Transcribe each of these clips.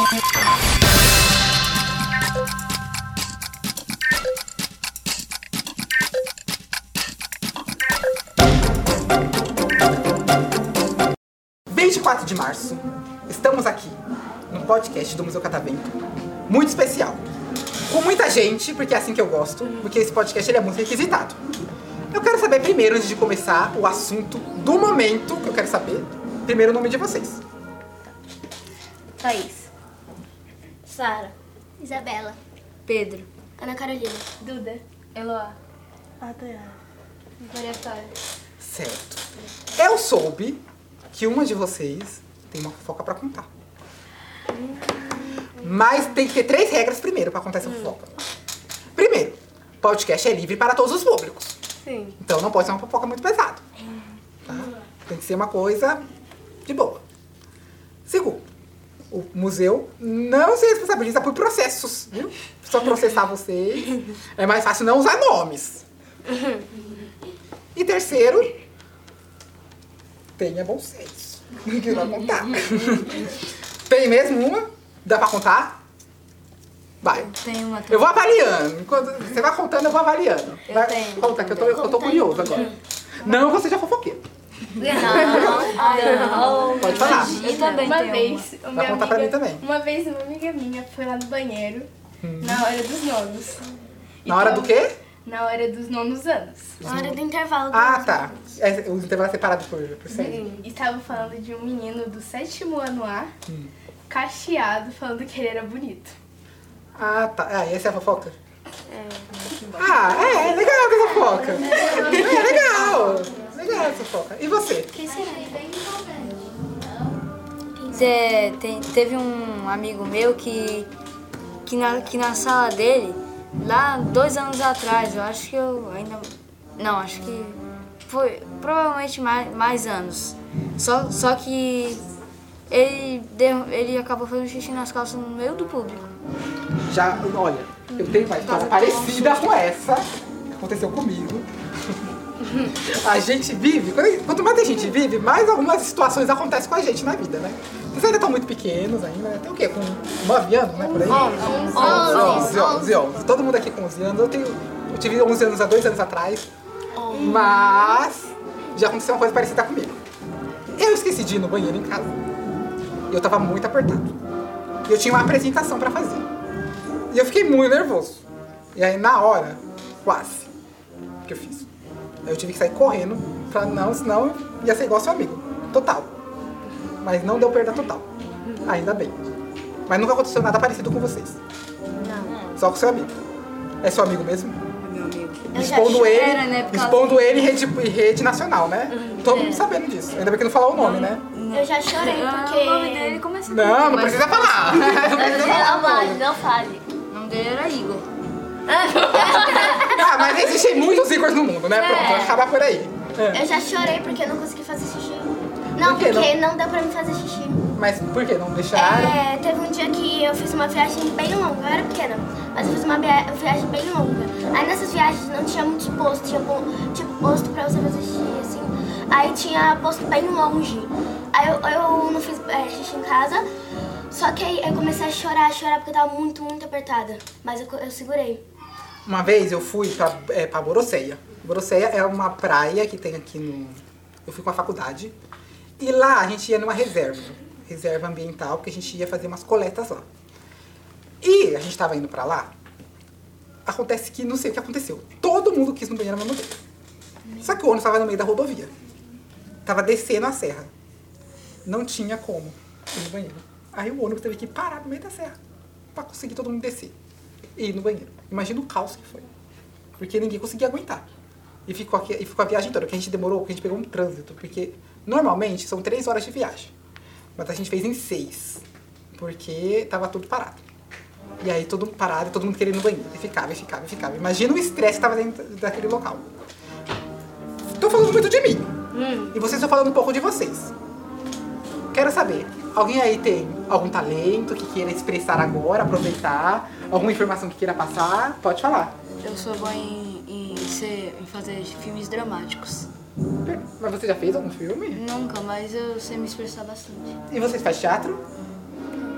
De março, estamos aqui no podcast do Museu Catavento, muito especial, com muita gente, porque é assim que eu gosto, porque esse podcast ele é muito requisitado. Eu quero saber primeiro, antes de começar o assunto do momento, que eu quero saber, primeiro o nome de vocês. Thaís, Sara, Isabela, Pedro, Ana Carolina, Duda, Eloá, Adriana, Maria Clara. Certo. Eu soube que uma de vocês tem uma fofoca pra contar. Mas tem que ter 3 regras primeiro pra contar essa fofoca. Primeiro, podcast é livre para todos os públicos. Sim. Então não pode ser uma fofoca muito pesada. Tá? Tem que ser uma coisa de boa. Segundo, o museu não se responsabiliza por processos, viu? Só processar vocês. É mais fácil não usar nomes. E terceiro, tenha bom senso. Que vai contar. Tem mesmo uma? Dá pra contar? Vai. Tem uma. Eu vou avaliando. Enquanto você vai contando, eu vou avaliando. Eu Vai, tenho. conta, que eu tô curioso agora. Não, você já fofoqueiro. Não. Pode falar. Eu também Uma tenho vez, uma. Vai contar pra mim também. Uma vez uma amiga minha foi lá no banheiro na hora dos nonos. Na hora do quê? Na hora dos nonos anos. na hora do intervalo. Ah, tá. O intervalo é separado por série. E estava falando de um menino do 7º ano A, cacheado, falando que ele era bonito. Ah, tá. Ah, e essa é a fofoca? Ah, é legal essa fofoca. É legal. Legal essa fofoca. E você? Quem será? Teve um amigo meu que na sala dele, lá 2 anos atrás, eu acho que eu ainda... Não, acho que foi provavelmente mais anos. Só que ele acabou fazendo xixi nas calças no meio do público. Já, olha, eu tenho uma história parecida com essa que aconteceu comigo. A gente vive, quanto mais a gente vive, mais algumas situações acontecem com a gente na vida, né? Vocês ainda estão muito pequenos ainda, né? Tem o quê? Com 9 anos, né? Por aí? 11. Todo mundo aqui com 11 anos. Eu tive 11 anos há 2 anos atrás. Mas já aconteceu uma coisa parecida comigo. Eu esqueci de ir no banheiro em casa. E eu tava muito apertado. E eu tinha uma apresentação pra fazer. E eu fiquei muito nervoso. E aí na hora, quase, que eu fiz. Eu tive que sair correndo, senão ia ser igual seu amigo. Total. Mas não deu perda total. Ainda bem. Mas nunca aconteceu nada parecido com vocês. Não. Só com seu amigo. É seu amigo mesmo? Meu amigo. Expondo ele em rede nacional, né? Todo mundo sabendo disso. Ainda bem que não falou o nome, né? Eu já chorei porque... O nome dele começa Não precisa falar. Não fale. O nome dele era Igor. Ah, mas existem muitos Igors no mundo, né? Pronto, vai acabar por aí. Eu já chorei porque eu não consegui fazer xixi. Não, Por quê? porque não deu pra mim fazer xixi. Mas por que não deixaram? Teve um dia que eu fiz uma viagem bem longa, eu era pequena, mas eu fiz uma viagem bem longa. Aí nessas viagens não tinha muitos postos, tinha tipo posto pra você fazer xixi, assim. Aí tinha posto bem longe. Aí eu não fiz xixi em casa, só que aí eu comecei a chorar porque eu tava muito, muito apertada. Mas eu segurei. Uma vez eu fui pra Boroceia. Boroceia é uma praia que tem aqui no... Eu fui com a faculdade. E lá a gente ia numa reserva ambiental, porque a gente ia fazer umas coletas lá. E a gente tava indo pra lá, acontece que não sei o que aconteceu. Todo mundo quis no banheiro ao mesmo tempo. Só que o ônibus tava no meio da rodovia. Tava descendo a serra. Não tinha como ir no banheiro. Aí o ônibus teve que parar no meio da serra pra conseguir todo mundo descer e ir no banheiro. Imagina o caos que foi. Porque ninguém conseguia aguentar. E ficou a viagem toda, que a gente demorou, porque a gente pegou um trânsito. Porque normalmente são 3 horas de viagem. Mas a gente fez em 6. Porque tava tudo parado. E aí todo mundo parado e todo mundo querendo ir no banheiro. E ficava. Imagina o estresse que tava dentro daquele local. Tô falando muito de mim. E vocês estão falando um pouco de vocês. Quero saber, alguém aí tem algum talento que queira expressar agora, aproveitar? Alguma informação que queira passar? Pode falar. Eu sou bom em fazer filmes dramáticos. Mas você já fez algum filme? Nunca, mas eu sei me expressar bastante. E vocês fazem teatro?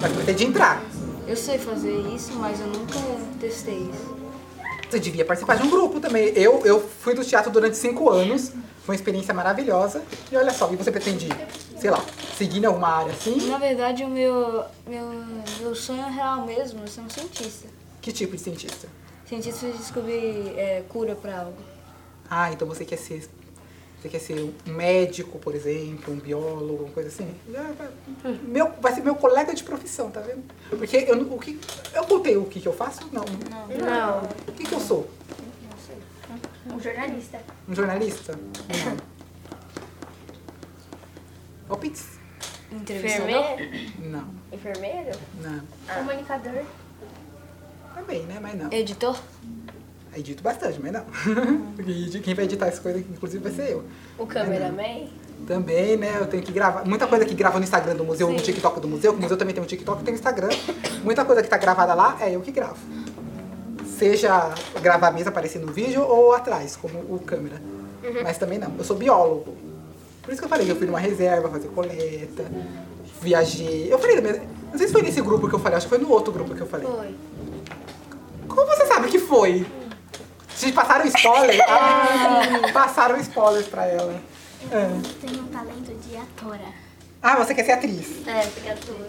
Mas pretende entrar. Eu sei fazer isso, mas eu nunca testei isso. Você devia participar de um grupo também. Eu fui do teatro durante 5 anos. Foi uma experiência maravilhosa. E olha só, e você pretende, sei lá, seguir em alguma área assim? Na verdade, o meu sonho real mesmo é ser um cientista. Que tipo de cientista? Cientista de descobrir cura pra algo. Ah, então você quer ser um médico, por exemplo, um biólogo, alguma coisa assim? Vai ser meu colega de profissão, tá vendo? Porque eu contei o que eu faço? Não. O que eu sou? Um jornalista. Um jornalista? Não. Ô, Pix? Entrevistador? Enfermeiro? Não. Enfermeiro? Não. Comunicador. Também, né? Mas não. Editor? Edito bastante, mas não. Porque quem vai editar essa coisa, inclusive, vai ser eu. O cameraman? Também, né? Eu tenho que gravar. Muita coisa que grava no Instagram do museu, no TikTok do museu, que o museu também tem um TikTok e tem um Instagram. Muita coisa que tá gravada lá é eu que gravo. Seja gravar a mesa aparecer no vídeo ou atrás, como o câmera. Mas também não. Eu sou biólogo. Por isso que eu falei que eu fui numa reserva fazer coleta, viajei. Eu falei, não sei se foi nesse grupo que eu falei, acho que foi no outro grupo que eu falei. Foi. Como você sabe que foi? Vocês passaram spoiler? Passaram spoilers pra ela. Eu tenho um talento de atora. Ah, você quer ser atriz. Porque ator.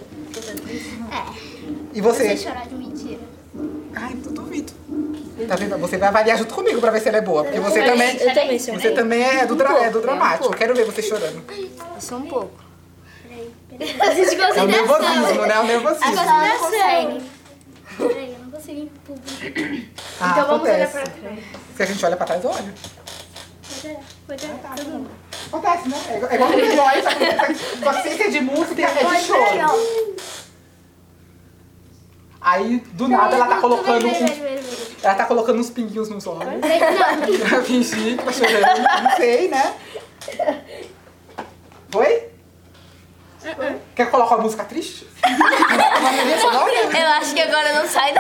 E você? Você chorar de mentira. Ai, eu duvido. Tá vendo? Você vai avaliar junto comigo pra ver se ela é boa. Porque você também. Eu também sou. Você também é do dramático. Eu quero ver você chorando. Eu sou um pouco. Assiste É o nervosismo, né? É o nervosismo. Agora não consegue. Peraí, eu não consigo ir pro público. Ah, Então vamos olhar acontece. pra trás. Se a gente olha pra trás, olha. Pode olhar, todo mundo. Acontece, né? É igual quando olha, só que sem ser de música é de choro. Aí, do nada, ela tá colocando ela tá colocando uns pinguinhos nos olhos. Pra fingir que tá chorando. Não sei, né? Foi? Quer colocar uma música triste? Eu acho que agora não sai,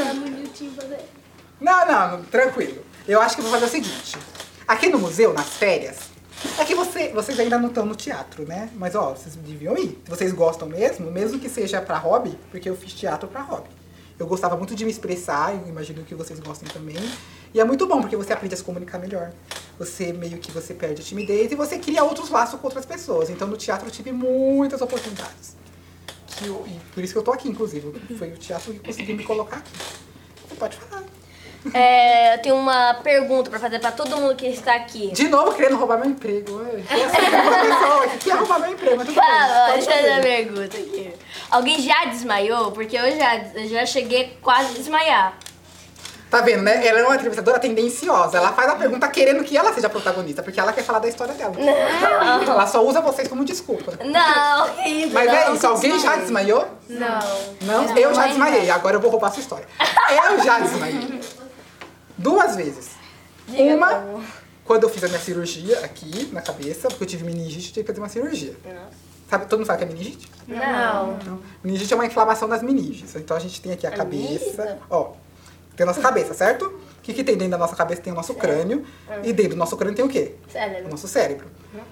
não. Não, tranquilo. Eu acho que eu vou fazer o seguinte. Aqui no museu, nas férias, é que vocês ainda não estão no teatro, né? Mas, ó, vocês deviam ir. Se vocês gostam mesmo que seja pra hobby, porque eu fiz teatro pra hobby. Eu gostava muito de me expressar, eu imagino que vocês gostem também. E é muito bom, porque você aprende a se comunicar melhor. Você perde a timidez e você cria outros laços com outras pessoas. Então, no teatro eu tive muitas oportunidades. E por isso que eu tô aqui, inclusive. Foi o teatro que conseguiu me colocar aqui. Você pode falar. Eu tenho uma pergunta pra fazer pra todo mundo que está aqui. De novo querendo roubar meu emprego. Essa que quer roubar meu emprego, mas tudo bem. Fala, Pode deixa eu fazer uma fazer. pergunta aqui. Alguém já desmaiou? Porque eu já cheguei quase a desmaiar. Tá vendo, né? Ela é uma entrevistadora tendenciosa. Ela faz a pergunta querendo que ela seja protagonista, porque ela quer falar da história dela. Não. Ela só usa vocês como desculpa. Não, isso. Mas não, é isso, alguém já desmaiou? Não? Eu já desmaiei, agora eu vou roubar a sua história. Eu já desmaiei. 2 vezes. Uma, quando eu fiz a minha cirurgia aqui na cabeça, porque eu tive meningite, eu tive que fazer uma cirurgia. Sabe, todo mundo sabe o que é meningite? Não. Meningite é uma inflamação das meninges. Então a gente tem aqui a cabeça, ó. Tem a nossa cabeça, certo? O que tem dentro da nossa cabeça? Tem o nosso crânio. E dentro do nosso crânio tem o quê? Cérebro. O nosso cérebro.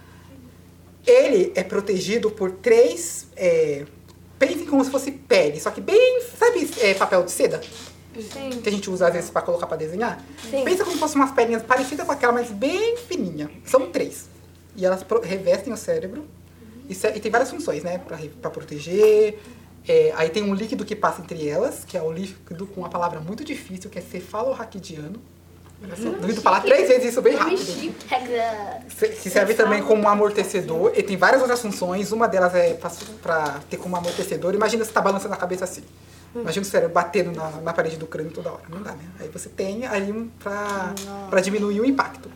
Ele é protegido por 3... pensem como se fosse pele, só que bem... Sabe papel de seda? Sim. Que a gente usa às vezes pra colocar pra desenhar? Sim. Pensa como se fossem umas pelinhas parecidas com aquela, mas bem fininha. São 3. E elas revestem o cérebro. E tem várias funções, né? Pra proteger. Aí tem um líquido que passa entre elas, que é o líquido com uma palavra muito difícil, que é cefalorraquidiano. Duvido falar 3 vezes isso bem rápido. Que serve também como um amortecedor. E tem várias outras funções. Uma delas é pra ter como amortecedor. Imagina você tá balançando a cabeça assim. Imagina o cérebro batendo na parede do crânio toda hora. Não dá, né? Aí você tem aí pra diminuir o impacto.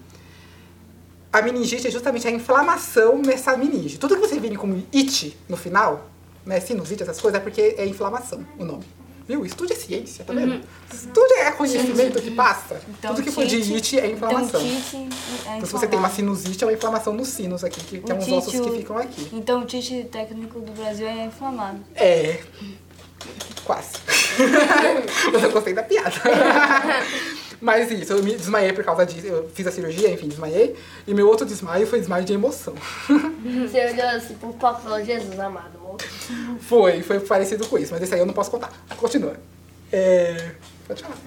A meningite é justamente a inflamação nessa meninge. Tudo que vocês virem como it no final, né, sinusite, essas coisas, é porque é inflamação o nome. Viu? Estude é ciência, tá vendo? Estude é conhecimento que passa. Então, Tudo que for de it é inflamação. Então, Se você tem uma sinusite, é uma inflamação nos sinos aqui, que é uns ossos que ficam aqui. Então o tite técnico do Brasil é inflamado. Quase. Mas eu gostei da piada. Mas isso, eu me desmaiei por causa disso. Eu fiz a cirurgia, enfim, desmaiei. E meu outro desmaio foi desmaio de emoção. Você olhou assim pro palco e falou, Jesus amado, morro. Foi parecido com isso, mas esse aí eu não posso contar. Continua. Pode falar.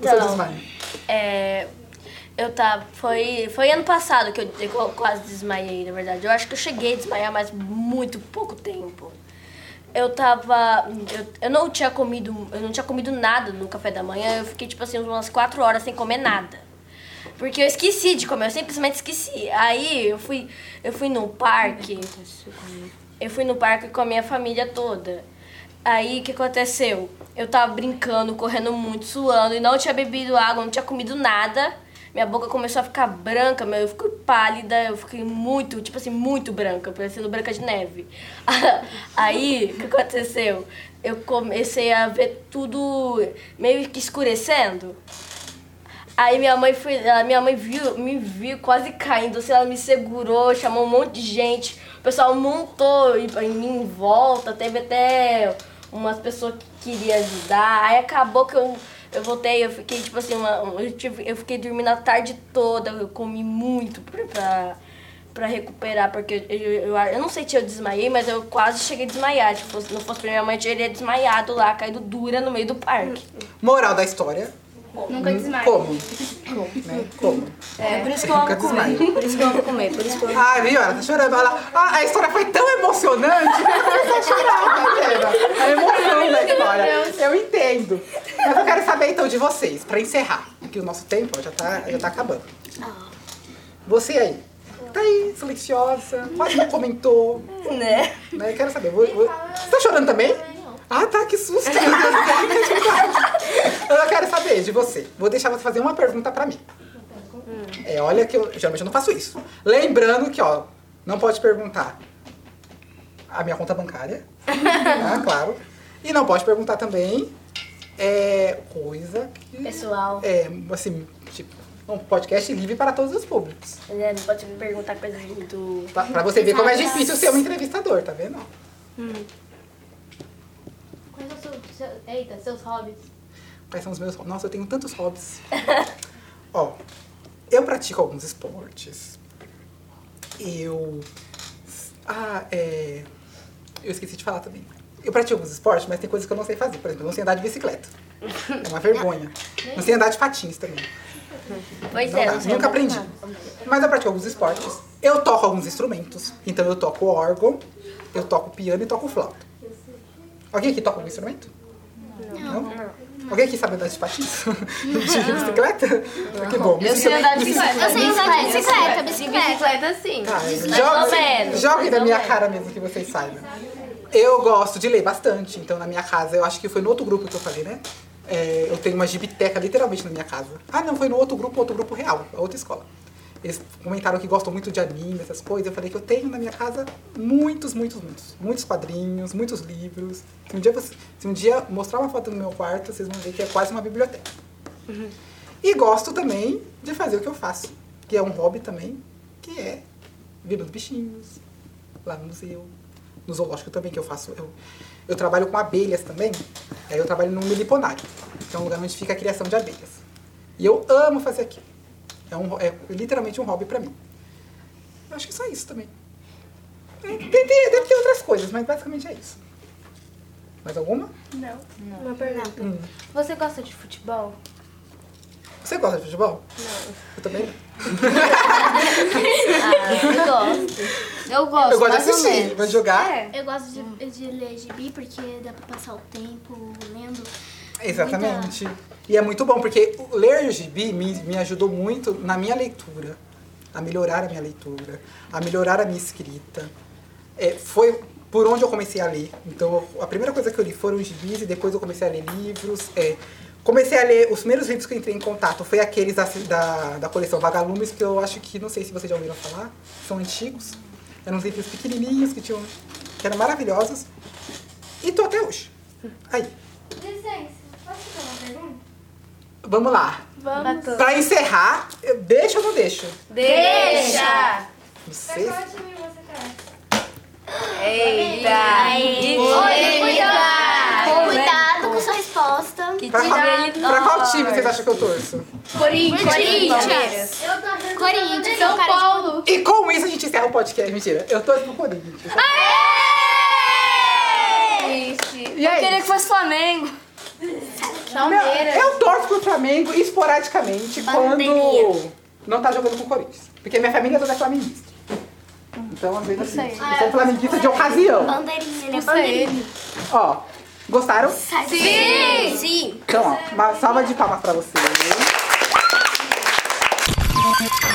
Então, foi ano passado que eu quase desmaiei, na verdade. Eu acho que eu cheguei a desmaiar, mas muito pouco tempo. Eu não tinha comido nada no café da manhã. Eu fiquei, tipo assim, umas 4 horas sem comer nada. Porque eu esqueci de comer, eu simplesmente esqueci. Aí eu fui no parque. Eu fui no parque com a minha família toda. Aí o que aconteceu? Eu tava brincando, correndo muito, suando e não tinha bebido água, não tinha comido nada. Minha boca começou a ficar branca, eu fiquei pálida, eu fiquei muito, tipo assim, muito branca, parecendo Branca de Neve. Aí, o que aconteceu? Eu comecei a ver tudo meio que escurecendo. Aí minha mãe me viu quase caindo, ela me segurou, chamou um monte de gente. O pessoal montou em mim em volta, teve até umas pessoas que queriam ajudar. Aí acabou que eu voltei, eu fiquei tipo assim, eu fiquei dormindo a tarde toda, eu comi muito pra recuperar, porque eu não sei se eu desmaiei, mas eu quase cheguei a desmaiar. Se não fosse pra minha mãe, eu teria desmaiado lá, caído dura no meio do parque. Moral da história. Nunca desmaio. Como? Né? Como? Por isso que eu amo comer. Por isso que eu amo comer. Por isso que eu amo. Ai, viu? Ela tá chorando. A história foi tão emocionante que ela começou a chorar, tá vendo? A emoção da história. Eu entendo. Mas eu quero saber, então, de vocês, pra encerrar. Porque o nosso tempo já tá acabando. Você aí. Tá aí, silenciosa. Quase não comentou. Né? Eu quero saber. Você tá chorando também? Ah, tá, que susto. Eu quero saber de você. Vou deixar você fazer uma pergunta pra mim. Olha que eu geralmente não faço isso. Lembrando que, não pode perguntar a minha conta bancária. Claro. E não pode perguntar também coisa que... Pessoal. Assim, tipo, um podcast livre para todos os públicos. Não pode me perguntar coisas muito... Pra você ver como é difícil ser um entrevistador, tá vendo? Quais são seus hobbies? Quais são os meus hobbies? Nossa, eu tenho tantos hobbies. Eu pratico alguns esportes. Eu esqueci de falar também. Eu pratico alguns esportes, mas tem coisas que eu não sei fazer. Por exemplo, eu não sei andar de bicicleta. É uma vergonha. Não sei andar de patins também. Pois Não nunca aprendi. Mas eu pratico alguns esportes. Eu toco alguns instrumentos. Então eu toco órgão, eu toco piano e toco flauta. Alguém aqui toca algum instrumento? Não? Alguém aqui sabe andar de patins? De bicicleta? Que bom. Eu sei andar de bicicleta. Eu sei andar de bicicleta. Bicicleta, sim. Joguem na minha cara mesmo que vocês saibam. Eu gosto de ler bastante. Então, na minha casa, eu acho que foi no outro grupo que eu falei, né? Eu tenho uma gibiteca literalmente na minha casa. Ah, não, foi no outro grupo real, a outra escola. Eles comentaram que gostam muito de anime, essas coisas. Eu falei que eu tenho na minha casa muitos quadrinhos, muitos livros. Se um dia mostrar uma foto no meu quarto, vocês vão ver que é quase uma biblioteca. E gosto também de fazer o que eu faço, que é um hobby também, que é ver os bichinhos, lá no museu, no zoológico também, que eu faço. Eu trabalho com abelhas também, aí eu trabalho num meliponário, que é um lugar onde fica a criação de abelhas. E eu amo fazer aquilo. É literalmente um hobby pra mim. Eu acho que só isso também. Deve ter outras coisas, mas basicamente é isso. Mais alguma? Não. Uma pergunta. Você gosta de futebol? Você gosta de futebol? Não. Eu também não. Eu gosto. Eu gosto de mais ou assistir, menos. mas jogar... Eu gosto de ler gibi porque dá pra passar o tempo lendo. Exatamente. E é muito bom, porque ler gibi me ajudou muito na minha leitura. A melhorar a minha leitura. A melhorar a minha escrita. Foi por onde eu comecei a ler. Então, a primeira coisa que eu li foram gibis e depois eu comecei a ler livros. Comecei a ler, os primeiros livros que eu entrei em contato foi aqueles da coleção Vagalumes, que eu acho que, não sei se vocês já ouviram falar, são antigos. Eram uns livros pequenininhos que eram maravilhosos. E tô até hoje. Aí. Licença, posso fazer uma pergunta? Vamos lá. Vamos. Pra encerrar, deixa ou não deixo? Deixa! Não sei. time você quer? Eita! Cuidado com sua resposta. Pra qual time vocês acham que eu torço? Corinthians. Corinthians. São Paulo. E com isso a gente encerra o podcast. Mentira, eu torço pro Corinthians. E Eu aí? queria que fosse Flamengo. Eu torço pro Flamengo esporadicamente quando não tá jogando com o Corinthians. Porque minha família toda é flamenguista. Então, às vezes, assim, eu sou flamenguista de ocasião. Bandeirinha, ele é bandeirinha. Ó, gostaram? Sim! Sim. Então, ó, uma salva de palmas pra vocês.